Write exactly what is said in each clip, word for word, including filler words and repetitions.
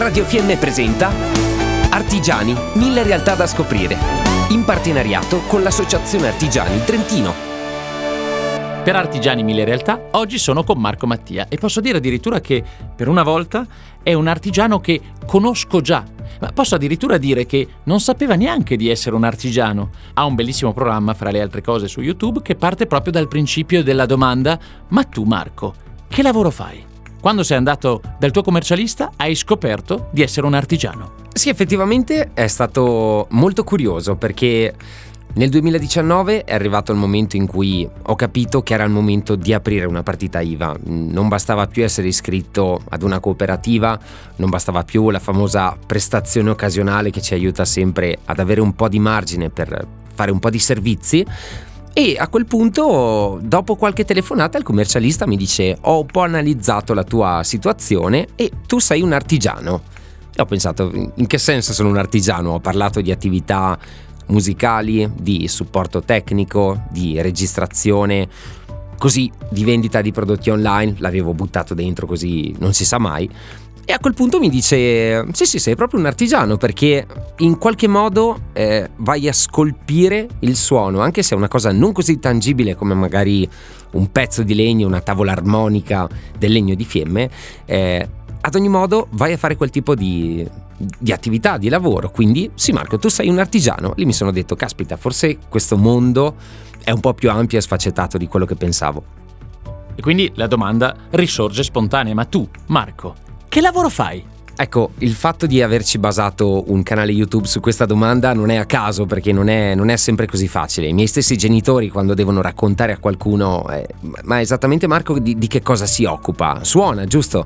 Radio F M presenta Artigiani, mille realtà da scoprire, in partenariato con l'Associazione Artigiani Trentino. Per Artigiani Mille Realtà oggi sono con Marco Mattia e posso dire addirittura che per una volta è un artigiano che conosco già, ma posso addirittura dire che non sapeva neanche di essere un artigiano. Ha un bellissimo programma, fra le altre cose, su YouTube che parte proprio dal principio della domanda: ma tu, Marco, che lavoro fai? Quando sei andato dal tuo commercialista hai scoperto di essere un artigiano. Sì, effettivamente è stato molto curioso, perché nel duemiladiciannove è arrivato il momento in cui ho capito che era il momento di aprire una partita I V A. Non bastava più essere iscritto ad una cooperativa, non bastava più la famosa prestazione occasionale che ci aiuta sempre ad avere un po' di margine per fare un po' di servizi. E a quel punto, dopo qualche telefonata, il commercialista mi dice: ho un po' analizzato la tua situazione e tu sei un artigiano. E ho pensato: in che senso sono un artigiano? Ho parlato di attività musicali, di supporto tecnico, di registrazione, così di vendita di prodotti online. L'avevo buttato dentro così non si sa mai. E a quel punto mi dice: sì sì, sei proprio un artigiano, perché in qualche modo eh, vai a scolpire il suono, anche se è una cosa non così tangibile come magari un pezzo di legno, una tavola armonica del legno di fiemme. eh, ad ogni modo vai a fare quel tipo di, di attività, di lavoro. Quindi sì, Marco, tu sei un artigiano. Lì mi sono detto: caspita, forse questo mondo è un po' più ampio e sfaccettato di quello che pensavo. E quindi la domanda risorge spontanea: ma tu, Marco, che lavoro fai? Ecco, il fatto di averci basato un canale YouTube su questa domanda non è a caso, perché non è, non è sempre così facile. I miei stessi genitori, quando devono raccontare a qualcuno eh, ma esattamente, Marco, di, di che cosa si occupa? Suona, giusto?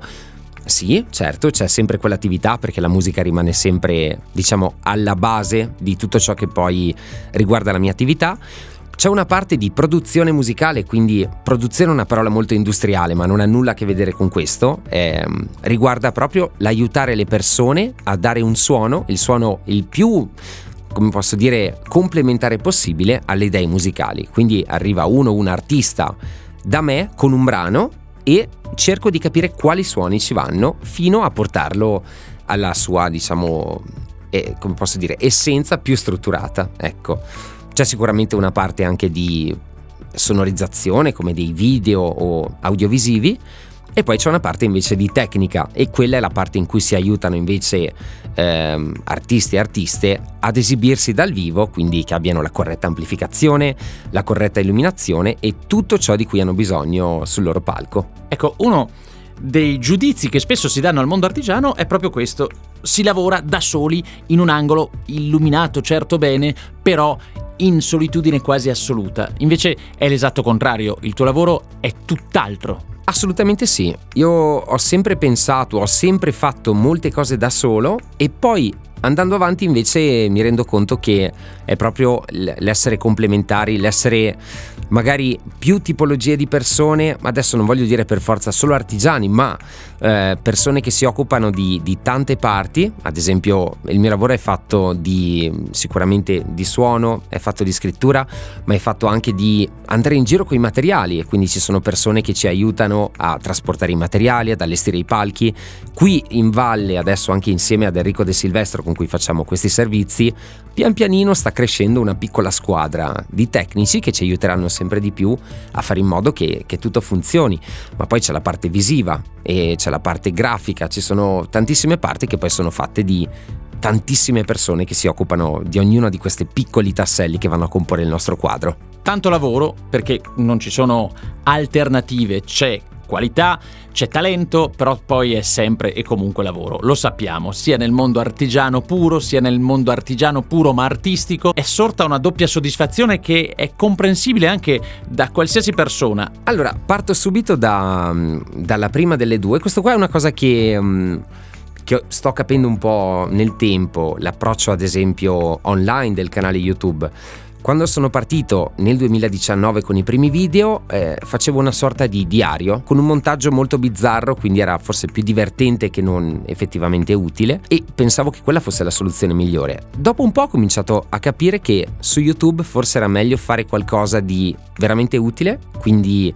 Sì, certo, c'è sempre quell'attività, perché la musica rimane sempre, diciamo, alla base di tutto ciò che poi riguarda la mia attività. C'è una parte di produzione musicale, quindi produzione è una parola molto industriale, ma non ha nulla a che vedere con questo. Eh, riguarda proprio l'aiutare le persone a dare un suono, il suono il più, come posso dire, complementare possibile alle idee musicali. Quindi arriva uno, un artista da me con un brano e cerco di capire quali suoni ci vanno fino a portarlo alla sua, diciamo, eh, come posso dire, essenza più strutturata, ecco. C'è sicuramente una parte anche di sonorizzazione, come dei video o audiovisivi, e poi c'è una parte invece di tecnica, e quella è la parte in cui si aiutano invece ehm, artisti e artiste ad esibirsi dal vivo, quindi che abbiano la corretta amplificazione, la corretta illuminazione e tutto ciò di cui hanno bisogno sul loro palco. Ecco, uno dei giudizi che spesso si danno al mondo artigiano è proprio questo: si lavora da soli in un angolo illuminato, certo bene, però in solitudine quasi assoluta. Invece è l'esatto contrario, il tuo lavoro è tutt'altro. Assolutamente sì, io ho sempre pensato, ho sempre fatto molte cose da solo, e poi andando avanti invece mi rendo conto che è proprio l'essere complementari, l'essere magari più tipologie di persone. Adesso non voglio dire per forza solo artigiani, ma eh, persone che si occupano di, di tante parti. Ad esempio, il mio lavoro è fatto di sicuramente di suono, è fatto di scrittura, ma è fatto anche di andare in giro con i materiali, e quindi ci sono persone che ci aiutano a trasportare i materiali, ad allestire i palchi. Qui in valle, adesso anche insieme ad Enrico De Silvestro, con cui facciamo questi servizi, pian pianino sta crescendo una piccola squadra di tecnici che ci aiuteranno sempre di più a fare in modo che, che tutto funzioni. Ma poi c'è la parte visiva e c'è la parte grafica, ci sono tantissime parti che poi sono fatte di tantissime persone che si occupano di ognuno di questi piccoli tasselli che vanno a comporre il nostro quadro. Tanto lavoro, perché non ci sono alternative, c'è qualità, c'è talento, però poi è sempre e comunque lavoro. Lo sappiamo, sia nel mondo artigiano puro, sia nel mondo artigiano puro ma artistico. È sorta una doppia soddisfazione che è comprensibile anche da qualsiasi persona. Allora, parto subito da, dalla prima delle due. Questo qua è una cosa che... che sto capendo un po' nel tempo, l'approccio ad esempio online del canale YouTube. Quando sono partito nel duemiladiciannove con i primi video, eh, facevo una sorta di diario con un montaggio molto bizzarro, quindi era forse più divertente che non effettivamente utile, e pensavo che quella fosse la soluzione migliore. Dopo un po' ho cominciato a capire che su YouTube forse era meglio fare qualcosa di veramente utile, quindi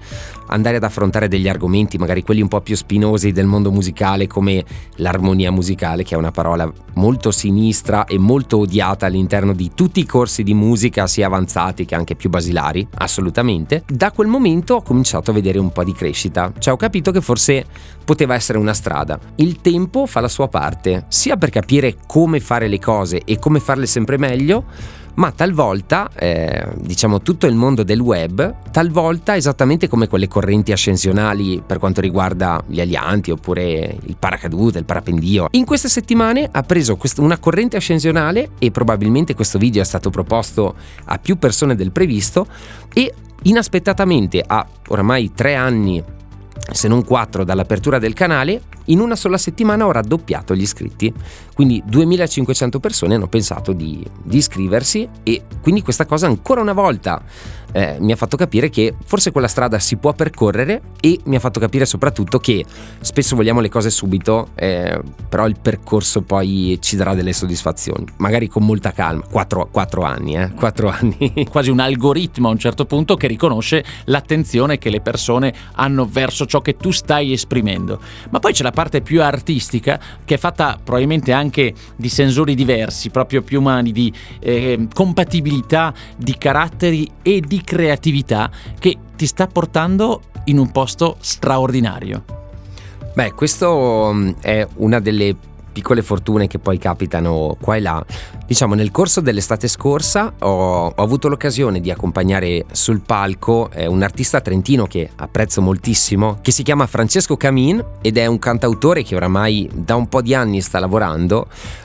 andare ad affrontare degli argomenti, magari quelli un po' più spinosi del mondo musicale, come l'armonia musicale, che è una parola molto sinistra e molto odiata all'interno di tutti i corsi di musica, sia avanzati che anche più basilari, assolutamente. Da quel momento ho cominciato a vedere un po' di crescita, cioè ho capito che forse poteva essere una strada. Il tempo fa la sua parte, sia per capire come fare le cose e come farle sempre meglio, ma talvolta, eh, diciamo tutto il mondo del web, talvolta esattamente come quelle correnti ascensionali per quanto riguarda gli alianti oppure il paracadute, il parapendio. In queste settimane ha preso quest- una corrente ascensionale, e probabilmente questo video è stato proposto a più persone del previsto, e inaspettatamente a oramai tre anni, se non quattro, dall'apertura del canale, in una sola settimana ho raddoppiato gli iscritti, quindi duemilacinquecento persone hanno pensato di, di iscriversi, e quindi questa cosa ancora una volta eh, mi ha fatto capire che forse quella strada si può percorrere, e mi ha fatto capire soprattutto che spesso vogliamo le cose subito, eh, però il percorso poi ci darà delle soddisfazioni, magari con molta calma. Quattro, quattro anni, eh? Quattro anni. Quasi un algoritmo a un certo punto che riconosce l'attenzione che le persone hanno verso ciò che tu stai esprimendo. Ma poi c'è la parte più artistica, che è fatta probabilmente anche di sensori diversi, proprio più umani, di eh, compatibilità di caratteri e di creatività, che ti sta portando in un posto straordinario. Beh, questo è una delle piccole fortune che poi capitano qua e là. Diciamo, nel corso dell'estate scorsa ho, ho avuto l'occasione di accompagnare sul palco eh, un artista trentino che apprezzo moltissimo, che si chiama Francesco Camin, ed è un cantautore che oramai da un po' di anni sta lavorando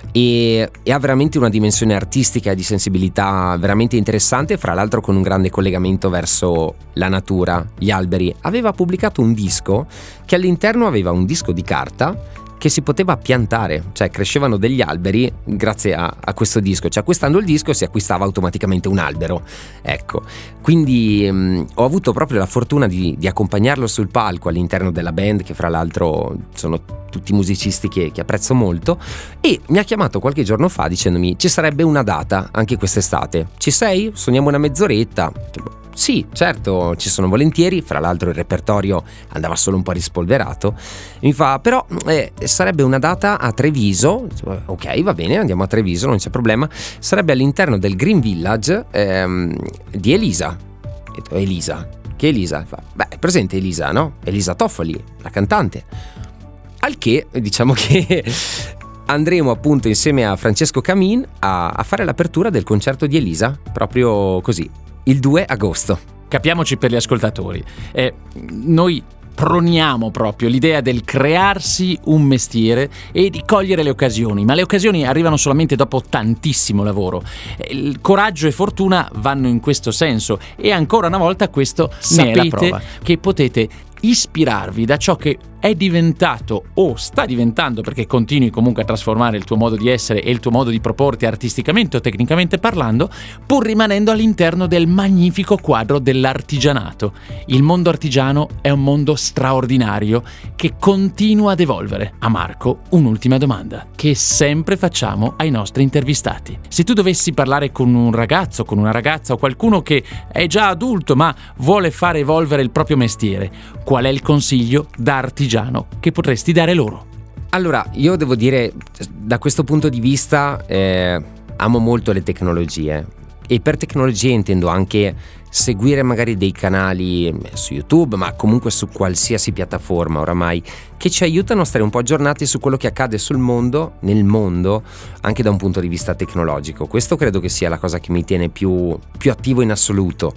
e, e ha veramente una dimensione artistica e di sensibilità veramente interessante, fra l'altro con un grande collegamento verso la natura, gli alberi. Aveva pubblicato un disco che all'interno aveva un disco di carta che si poteva piantare, cioè crescevano degli alberi grazie a, a questo disco, cioè acquistando il disco si acquistava automaticamente un albero, ecco. Quindi mh, ho avuto proprio la fortuna di, di accompagnarlo sul palco all'interno della band, che fra l'altro sono tutti musicisti che, che apprezzo molto, e mi ha chiamato qualche giorno fa dicendomi: ci sarebbe una data anche quest'estate, ci sei? Suoniamo una mezz'oretta? Sì, certo, ci sono volentieri. Fra l'altro il repertorio andava solo un po' rispolverato. Mi fa: però eh, sarebbe una data a Treviso. Ok, va bene, andiamo a Treviso, non c'è problema. Sarebbe all'interno del Green Village ehm, di Elisa. Ho detto: Elisa? Che Elisa? Fa: beh, è presente Elisa, no? Elisa Toffoli, la cantante. Al che diciamo che andremo appunto insieme a Francesco Camin a, a fare l'apertura del concerto di Elisa, proprio così, il due agosto. Capiamoci per gli ascoltatori, eh, noi proniamo proprio l'idea del crearsi un mestiere e di cogliere le occasioni, ma le occasioni arrivano solamente dopo tantissimo lavoro. Il coraggio e fortuna vanno in questo senso, e ancora una volta questo sapete che potete ispirarvi da ciò che è diventato o sta diventando, perché continui comunque a trasformare il tuo modo di essere e il tuo modo di proporti artisticamente o tecnicamente parlando, pur rimanendo all'interno del magnifico quadro dell'artigianato. Il mondo artigiano è un mondo straordinario che continua ad evolvere. A Marco un'ultima domanda che sempre facciamo ai nostri intervistati: se tu dovessi parlare con un ragazzo, con una ragazza o qualcuno che è già adulto ma vuole fare evolvere il proprio mestiere, qual è il consiglio da artigiano che potresti dare loro? Allora, io devo dire, da questo punto di vista eh, amo molto le tecnologie, e per tecnologie intendo anche seguire magari dei canali su YouTube, ma comunque su qualsiasi piattaforma oramai, che ci aiutano a stare un po' aggiornati su quello che accade sul mondo, nel mondo, anche da un punto di vista tecnologico. Questo credo che sia la cosa che mi tiene più, più attivo in assoluto.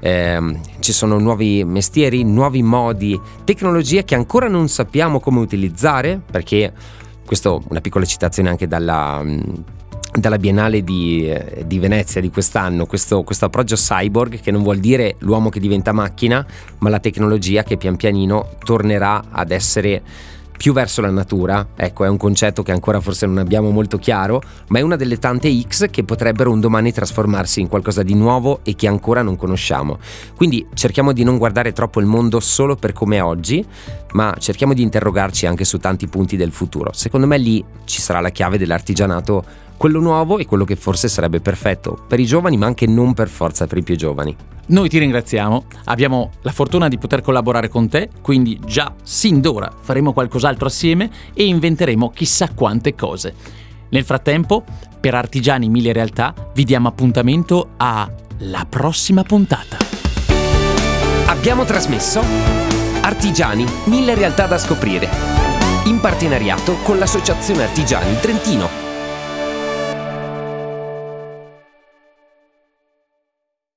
Eh, ci sono nuovi mestieri, nuovi modi, tecnologie che ancora non sappiamo come utilizzare, perché questo, una piccola citazione anche dalla dalla Biennale di, di Venezia di quest'anno, questo, questo approccio cyborg, che non vuol dire l'uomo che diventa macchina, ma la tecnologia che pian pianino tornerà ad essere più verso la natura. Ecco, è un concetto che ancora forse non abbiamo molto chiaro, ma è una delle tante X che potrebbero un domani trasformarsi in qualcosa di nuovo e che ancora non conosciamo. Quindi cerchiamo di non guardare troppo il mondo solo per come è oggi, ma cerchiamo di interrogarci anche su tanti punti del futuro. Secondo me lì ci sarà la chiave dell'artigianato quello nuovo e quello che forse sarebbe perfetto per i giovani, ma anche non per forza per i più giovani. Noi ti ringraziamo, abbiamo la fortuna di poter collaborare con te, quindi già sin d'ora faremo qualcos'altro assieme e inventeremo chissà quante cose. Nel frattempo, per Artigiani Mille Realtà, vi diamo appuntamento alla prossima puntata. Abbiamo trasmesso Artigiani Mille Realtà da scoprire, in partenariato con l'Associazione Artigiani Trentino.